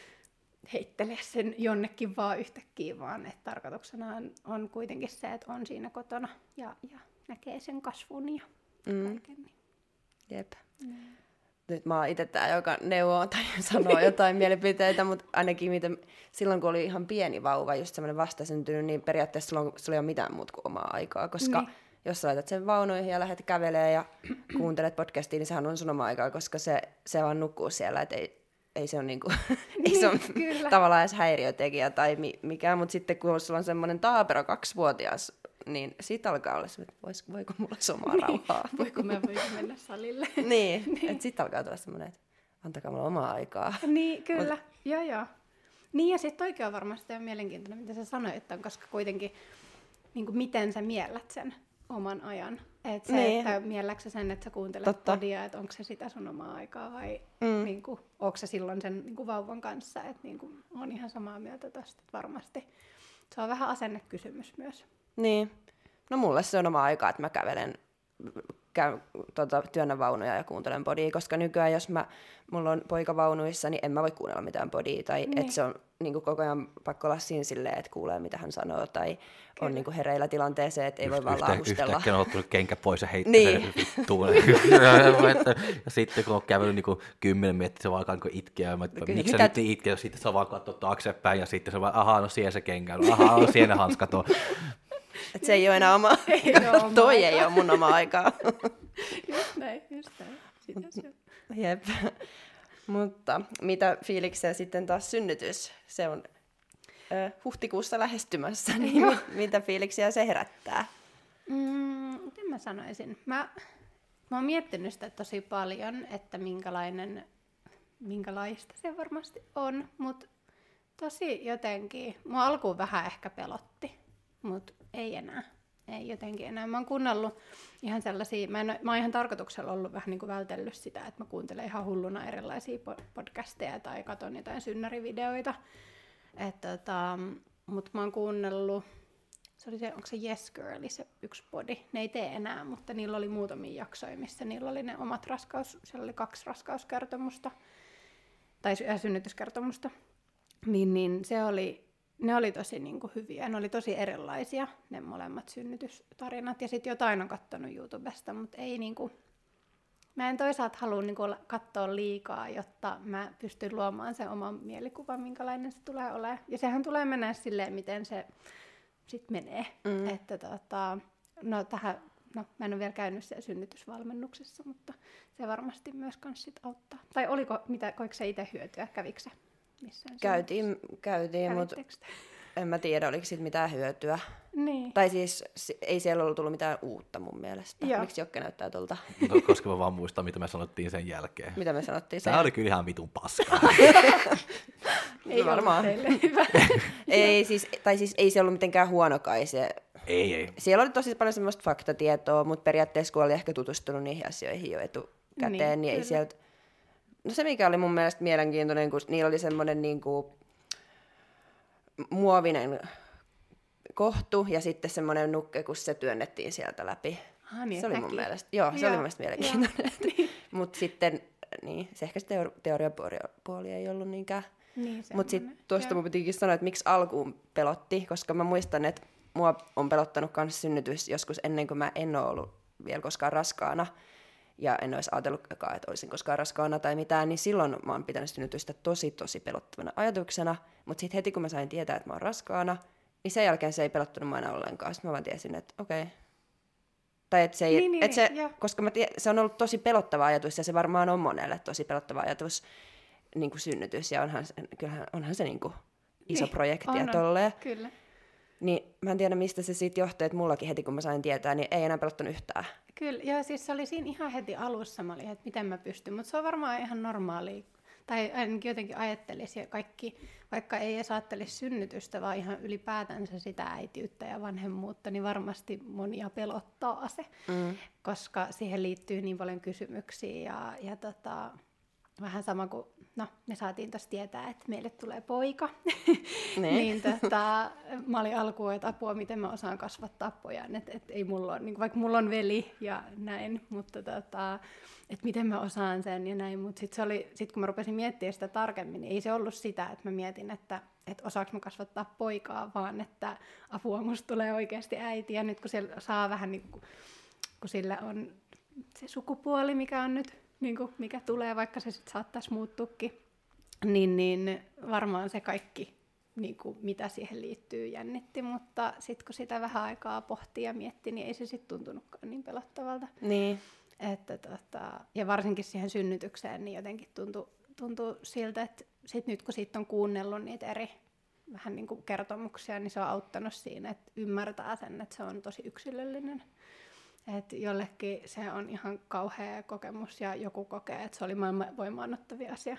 heittele sen jonnekin vaan yhtäkkiä, vaan että tarkoituksena on, on kuitenkin se, että on siinä kotona ja, ja näkee sen kasvun ja mm. kaiken. Niin. Jep. Mm. Nyt mä oon itse tää, joka neuvoo tai sanoo jotain mielipiteitä, mutta ainakin miten, silloin kun oli ihan pieni vauva, just semmoinen vastasyntynyt, niin periaatteessa sulla, on, sulla ei ole mitään muuta kuin omaa aikaa, koska niin. jos sä laitat sen vaunuihin ja lähdet kävelee ja kuuntelet podcastia, niin sehän on sun omaa aikaa, koska se, se vaan nukkuu siellä, että ei, ei se ole, niinku, ei se ole tavallaan edes häiriötekijä tai mi, mikään, mutta sitten kun sulla on semmoinen taapero kaksivuotias, niin siitä alkaa olla se, että vois, voiko mulla se omaa rauhaa. Voiko mä voiko mennä salille. niin, niin. että sitten alkaa tulla semmoinen, että antakaa mulla omaa aikaa. Niin, kyllä. Mut... Joo, joo. Niin ja sitten oikein on varmasti on mielenkiintoinen, mitä sä sanoit, on, koska kuitenkin niin kuin miten sä miellät sen oman ajan. Että se, niin. että mielläksä sen, että sä kuuntelet Totta. podia, että onko se sitä sun omaa aikaa vai mm. niin kuin, onko se silloin sen niin kuin vauvan kanssa. Että niin kuin, on ihan samaa mieltä tästä, että varmasti se on vähän asennekysymys myös. Niin. No mulle se on oma aika, että mä kävelen, käyn, tota, työnnän vaunuja ja kuuntelen podia, koska nykyään jos mä, mulla on poika vaunuissa, niin en mä voi kuunnella mitään podia. Tai niin. että se on niin kuin koko ajan pakko olla siinä silleen, että kuulee mitä hän sanoo. Tai Kyllä. on niin kuin hereillä tilanteeseen, että ei Yht, voi vaan laahustella. Yhtäkkiä on ottanut kenkä pois ja heittänyt niin. vittuun. ja sitten kun on kävellyt niin kymmenen metriä, se vaan alkaa niin itkeä. Ja mä, miksi sä nyt niin itkeä? Sitten se vaan katsoo taaksepäin ja sitten se vaan, ahaa, no siellä se kenkä. Ahaa, no siellä ne hanskat on. Että se ei ole enää oma. Ei ole Toi aikaa. ei ole mun oma aikaa. Just näin, just näin. Sitä se on. Jep. Mutta mitä fiiliksiä sitten taas synnytys? Se on ö, huhtikuussa lähestymässä, niin mit, mitä fiiliksiä se herättää? Mm, miten mä sanoisin? Mä, mä oon miettinyt sitä tosi paljon, että minkälainen, minkälaista se varmasti on, mutta tosi jotenkin, mua alkuun vähän ehkä pelotti, mutta ei enää. Ei jotenkin enää. Mä oon kuunnellut ihan sellaisia, mä, en, mä oon ihan tarkoituksella ollut vähän niin kuin vältellyt sitä, että mä kuuntelen ihan hulluna erilaisia podcasteja tai katon jotain synnärivideoita. Tota, mutta mä oon kuunnellut, se oli se, onko se Yes Girl, se yksi podi. Ne ei tee enää, mutta niillä oli muutamia jaksoja, missä niillä oli ne omat raskaus, siellä oli kaksi raskauskertomusta, tai synnytyskertomusta. Niin, niin se oli... Ne oli tosi niin kuin, hyviä, ne oli tosi erilaisia, ne molemmat synnytystarinat. Ja sitten jotain on kattonut YouTubesta, mutta ei niin kuin... Mä en toisaalta halua niin kuin, katsoa liikaa, jotta mä pystyn luomaan sen oman mielikuvan, minkälainen se tulee olemaan. Ja sehän tulee mennä silleen, miten se sitten menee. Mm. Että tota... No tähän... No, mä en ole vielä käynyt siellä synnytysvalmennuksessa, mutta se varmasti myös kans sit auttaa. Tai oliko, mitä, koiko se itse hyötyä, kävikö se? Käytiin, käytiin mutta en mä tiedä, oliko siitä mitään hyötyä. Niin. Tai siis ei siellä ollut tullut mitään uutta mun mielestä. Joo. Miksi Jokke näyttää tuolta? No, koska mä vaan muistan, mitä me sanottiin sen jälkeen. Mitä me sanottiin sen? Tämä oli kyllä ihan vitun paskaa. Ei varmaan. hyvä. ei, siis, tai siis ei se ollut mitenkään huono kai se. Ei, ei. Siellä oli tosi paljon semmoista faktatietoa, mutta periaatteessa kun oli ehkä tutustunut niihin asioihin jo etukäteen, niin, niin ei sieltä... No se, mikä oli mun mielestä mielenkiintoinen, kun niillä oli semmoinen niin kuin muovinen kohtu ja sitten semmoinen nukke, kun se työnnettiin sieltä läpi. Ah, niin, se oli näki. mun mielestä, joo, se joo, oli mun mielestä mielenkiintoinen. Mutta sitten, niin, se ehkä se teori- teoriapuoli ei ollut niinkään. Niin, mutta sitten tuosta mun pitikin sanoa, että miksi alkuun pelotti, koska mä muistan, että mua on pelottanut kans synnytys joskus ennen kuin mä en ole ollut vielä koskaan raskaana. Ja en olisi ajatellutkaan, että olisin koskaan raskaana tai mitään, niin silloin mä oon pitänyt synnytystä tosi, tosi pelottavana ajatuksena. Mutta sitten heti kun mä sain tietää, että mä oon raskaana, niin sen jälkeen se ei pelottanut mä aina ollenkaan. Sitten mä vaan tiesin, että okei, Tai et se ei, Niin, niin, et se, niin, koska mä tie, se on ollut tosi pelottava ajatus, ja se varmaan on monelle tosi pelottava ajatus, niin kuin synnytys, ja onhan, kyllähän, onhan se niin kuin iso niin, projekti on, ja on, tolleen. Kyllä. Niin mä en tiedä, mistä se siitä johtuu, että mullakin heti kun mä sain tietää, niin ei enää pelottanut yhtään. Kyllä, joo, siis se oli siinä ihan heti alussa, mä olin, että miten mä pystyn, mutta se on varmaan ihan normaalia. Tai ainakin jotenkin ajattelisi ja kaikki, vaikka ei edes ajattelisi synnytystä, vaan ihan ylipäätänsä sitä äitiyttä ja vanhemmuutta, niin varmasti monia pelottaa se, mm. koska siihen liittyy niin paljon kysymyksiä ja, ja tota, vähän sama kuin, no me saatiin tuossa tietää, että meille tulee poika, niin tota, mä olin alkuun, että apua, miten mä osaan kasvattaa pojan, että et ei mulla ole, niin vaikka mulla on veli ja näin, mutta tota, että miten mä osaan sen ja näin, mutta sitten sit kun mä rupesin miettimään sitä tarkemmin, niin ei se ollut sitä, että mä mietin, että et osaanko mä kasvattaa poikaa, vaan että apua, musta tulee oikeasti äiti, ja nyt kun siellä saa vähän niin kuin, kun sillä on se sukupuoli, mikä on nyt, niin kuin, mikä tulee, vaikka se sitten saattaisi muuttuukin, niin, niin varmaan se kaikki, niin kuin, mitä siihen liittyy, jännitti, mutta sitten kun sitä vähän aikaa pohti ja mietti, niin ei se sitten tuntunutkaan niin pelottavalta. Niin. Että, tota, ja varsinkin siihen synnytykseen niin jotenkin tuntui, tuntui siltä, että sit nyt kun siitä on kuunnellut niitä eri vähän niin kuin kertomuksia, niin se on auttanut siinä, että ymmärtää sen, että se on tosi yksilöllinen. Että jollekin se on ihan kauhea kokemus ja joku kokee, että se oli maailman voimaannuttavia asia.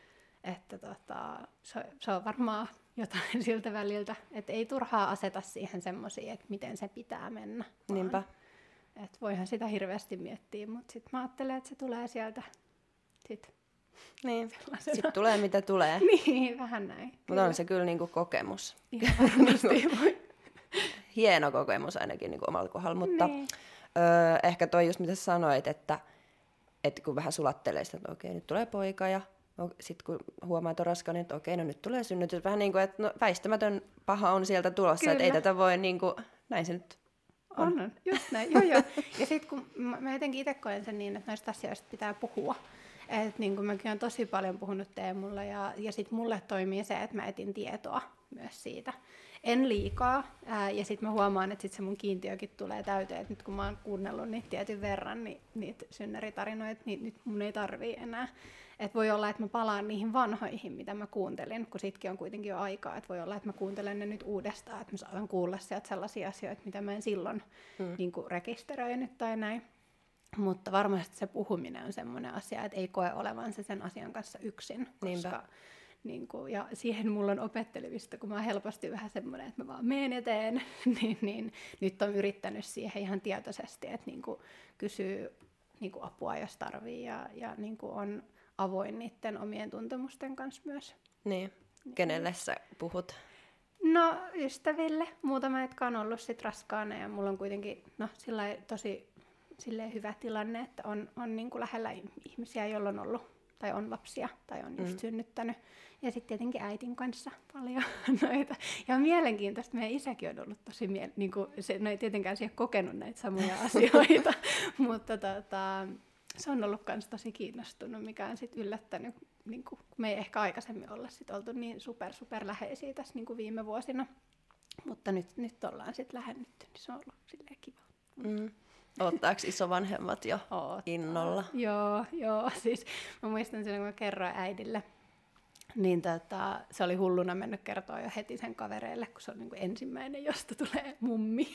Että tota, se, se on varmaan jotain siltä väliltä, että ei turhaa aseta siihen semmoisia, että miten se pitää mennä. Niinpä. Että voihan sitä hirveästi miettiä, mutta sitten mä ajattelen, että se tulee sieltä sit niin. Sitten tulee mitä tulee. Niin, vähän näin. Mutta on se kyllä niinku kokemus. Ihan varmasti voi. Hieno kokemus ainakin niinku omalla kohdalla, mutta niin. öö, ehkä toi just mitä sanoit, että, että kun vähän sulattelee sitä, että okei, nyt tulee poika ja sitten kun huomaa, että on raskaana, että okei, no nyt tulee synnytys. Vähän niin kuin, että no, väistämätön paha on sieltä tulossa, että ei tätä voi niin kuin, näin se nyt on. On, on. Just näin, joo joo. Ja sitten kun mä, mä jotenkin itse koen sen niin, että noista asioista pitää puhua. Että niin kuin mäkin olen tosi paljon puhunut Teemulla ja, ja sitten mulle toimii se, että mä etin tietoa myös siitä. En liikaa. Ää, ja sitten mä huomaan, että sit se mun kiintiökin tulee täyteen. Et nyt kun mä oon kuunnellut niitä tietyn verran, niin, niitä synnäritarinoita, niin nyt mun ei tarvii enää. Et voi olla, että mä palaan niihin vanhoihin, mitä mä kuuntelin, kun sitkin on kuitenkin jo aikaa. Et voi olla, että mä kuuntelen ne nyt uudestaan, että mä saan kuulla sieltä sellaisia asioita, mitä mä en silloin hmm. niin kuin rekisteröinyt tai näin. Mutta varmasti se puhuminen on semmoinen asia, että ei koe olevansa sen asian kanssa yksin. Koska, niin kuin, ja siihen mulla on opettelevista, kun mä oon helposti vähän semmoinen, että mä vaan meen eteen, niin, niin nyt on yrittänyt siihen ihan tietoisesti, että niin kuin kysyy niin kuin apua, jos tarvii, ja, ja niin kuin on avoin niiden omien tuntemusten kanssa myös. Niin. Kenelle sä puhut? No ystäville, muutama, jotka on ollut sit raskaana, ja mulla on kuitenkin no, sillai, tosi silleen hyvä tilanne, että on, on niin kuin lähellä ihmisiä, joilla on ollut tai on lapsia tai on just mm. synnyttänyt. Ja sitten tietenkin äitin kanssa paljon noita. Ja on mielenkiintoista, meidän isäkin on ollut tosi, mie- niin kuin, se, no ei tietenkään siihen kokenut näitä samoja asioita, mutta tota, se on ollut myös tosi kiinnostunut, mikä on sitten yllättänyt, niin kuin, me ei ehkä aikaisemmin olla sit oltu niin super super läheisiä tässä niin kuin viime vuosina. Mutta nyt, nyt ollaan sitten lähennytty, niin se on ollut silleen kiva. Mm. Ottaako isovanhemmat jo Oottaa. innolla? Joo, joo. Siis mä muistan silloin, kun mä kerroin äidille, niin tota, se oli hulluna mennyt kertoa jo heti sen kavereille, kun se on niin kuin ensimmäinen, josta tulee mummi.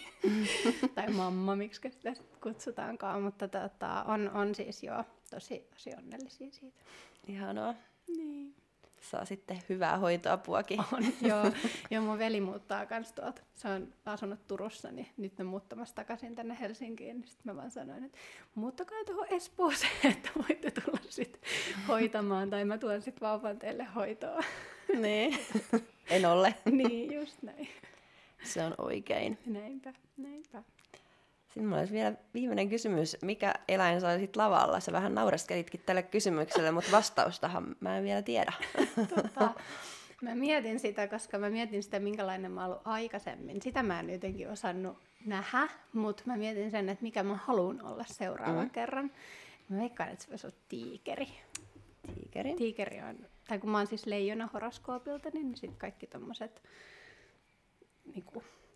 tai mamma, miksi sitä kutsutaankaan. Mutta tota, on, on siis jo tosi, tosi onnellisia siitä. Ihanaa. Niin. Saa sitten hyvää hoitoapuakin. On, joo. Ja mun veli muuttaa kans tuolta. Se on asunut Turussa, niin nyt ne muuttamassa takaisin tänne Helsinkiin. Niin sitten mä vaan sanoin, että muuttakaa tuohon Espooseen, että voitte tulla sitten hoitamaan. Tai mä tuon sitten vauvan teille hoitoa. Niin, en ole. Niin, just näin. Se on oikein. Näinpä, näinpä. Sitten mulla olisi vielä viimeinen kysymys. Mikä eläin sä olisit lavalla? Sä vähän naureskelitkin tälle kysymykselle, mutta vastaustahan mä en vielä tiedä. Tota, mä mietin sitä, koska mä mietin sitä, minkälainen mä oon ollut aikaisemmin. Sitä mä en jotenkin osannut nähdä, mutta mä mietin sen, että mikä mä haluan olla seuraavan mm. kerran. Mä veikkaan, että se voisi olla tiikeri. Tiikeri? Tiikeri on, tai kun mä oon siis leijona horoskoopilta, niin sitten kaikki tommoset niinku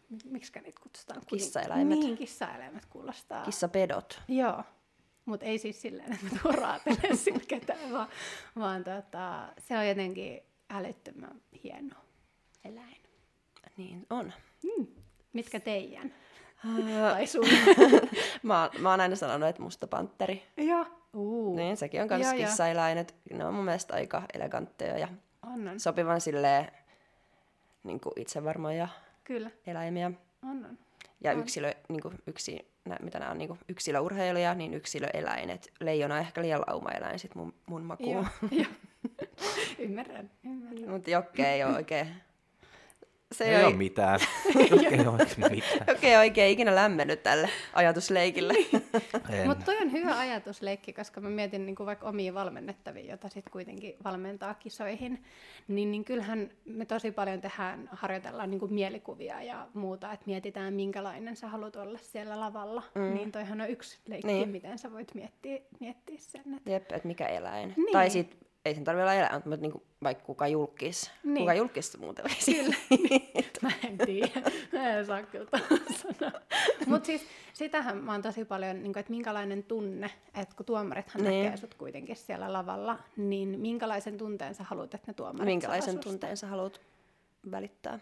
miksikä niitä kutsutaan? Kissaeläimet. Niin, kissaeläimet kuulostaa. Kissapedot. Joo, mutta ei siis silleen, että mä tuon raatelemaan sillä ketään, vaan, vaan tota, se on jotenkin älyttömän hieno eläin. Niin on. Hmm. Mitkä teidän? Tai sun? mä, oon, mä oon aina sanonut, että musta pantteri. Joo. Uh. Niin, sekin on kans kissaeläinet. Ne on mun mielestä aika elegantteja ja Onnan. sopivan silleen niin kuin itsevarmoja Kyllä. eläimiä. Onnan. Ja on. yksilö, niin kuin yksi, nä, mitä nämä on, niin kuin yksilöurheilija, niin yksilöeläinet. Leijona ehkä liian laumaeläin sit mun, mun makuun. Joo, jo. Ymmärrän, ymmärrän. Mutta Jokke ei ole oikein... Se ei, ei ole mitään. Jokke ei ole mitään. Jokke ei oikein ikinä lämmennyt tälle ajatusleikille. Mutta toi on hyvä ajatusleikki, koska mä mietin niin kuin vaikka omia valmennettavia, joita sitten kuitenkin valmentaa kisoihin, niin, niin kyllähän me tosi paljon tehdään, harjoitellaan niin kuin mielikuvia ja muuta, että mietitään minkälainen sä haluat olla siellä lavalla. Mm. Niin toihan on yksi leikki, niin. Miten sä voit miettiä, miettiä sen. Että... Jep, että mikä eläin. Niin. Tai sit, ei sen tarvitse olla eläin, mutta niinku, vaikka kuka julkis. Niin. Kuka julkis muuten olisi. Kyllä. Mä en tiedä. Mä en saa kyllä sanoa. Mutta siis sitähän mä oon tosi paljon, niin kuin, että minkälainen tunne, että kun tuomarithan niin. näkee sut kuitenkin siellä lavalla, niin minkälaisen tunteen sä haluat, että ne tuomarit minkälaisen saa tunteen sä haluat välittää?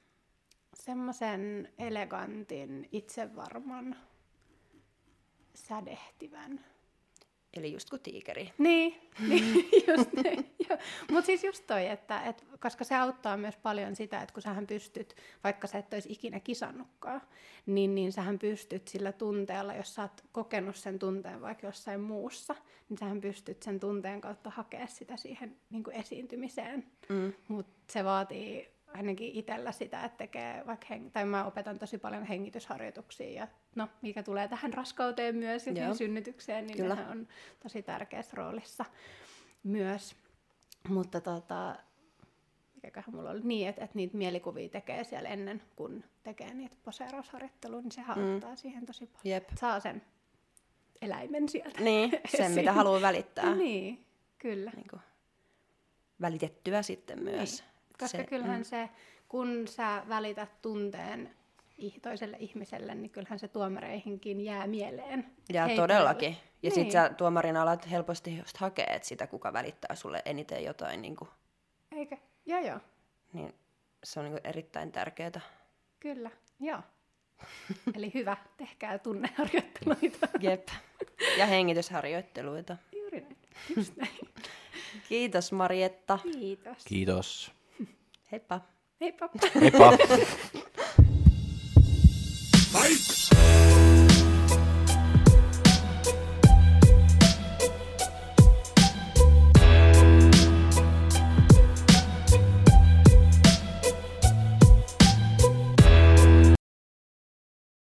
Semmoisen elegantin, itsevarman, sädehtivän. Eli just kuin tiikeri. Niin, niin just niin. Mutta siis just toi, että et, koska se auttaa myös paljon sitä, että kun sähän pystyt, vaikka sä et olisi ikinä kisannutkaan, niin, niin sähän pystyt sillä tunteella, jos sä oot kokenut sen tunteen vaikka jossain muussa, niin sähän pystyt sen tunteen kautta hakemaan sitä siihen niin kuin esiintymiseen. Mm. Mutta se vaatii ainakin itsellä sitä, että tekee vaikka, heng- tai mä opetan tosi paljon hengitysharjoituksia ja no, mikä tulee tähän raskauteen myös ja siihen synnytykseen, niin nehän on tosi tärkeässä roolissa myös. Mutta tota, mikäköhän mulla oli niin, että, että niitä mielikuvia tekee siellä ennen kuin tekee niitä poseerausharjoittelua, niin se auttaa mm. siihen tosi paljon. Jep. Saa sen eläimen sieltä. Niin, sen mitä haluaa välittää. Niin, kyllä. Niin kuin välitettyä sitten myös. Niin. Koska se, kyllähän mm. se, kun sä välität tunteen toiselle ihmiselle, niin kyllähän se tuomareihinkin jää mieleen. Ja Hei, todellakin. Todella. Ja niin. sit sä tuomarina alat helposti just hakea, että sitä, kuka välittää sulle eniten jotain. Niin kuin, Eikä? Joo, joo. Niin se on niin kuin erittäin tärkeää. Kyllä, joo. Eli hyvä, tehkää tunneharjoitteluita. Jep. Ja hengitysharjoitteluita. Juuri näin. Just näin. Kiitos Marietta. Kiitos. Kiitos. Heippa. Heippa. Heippa. Fight!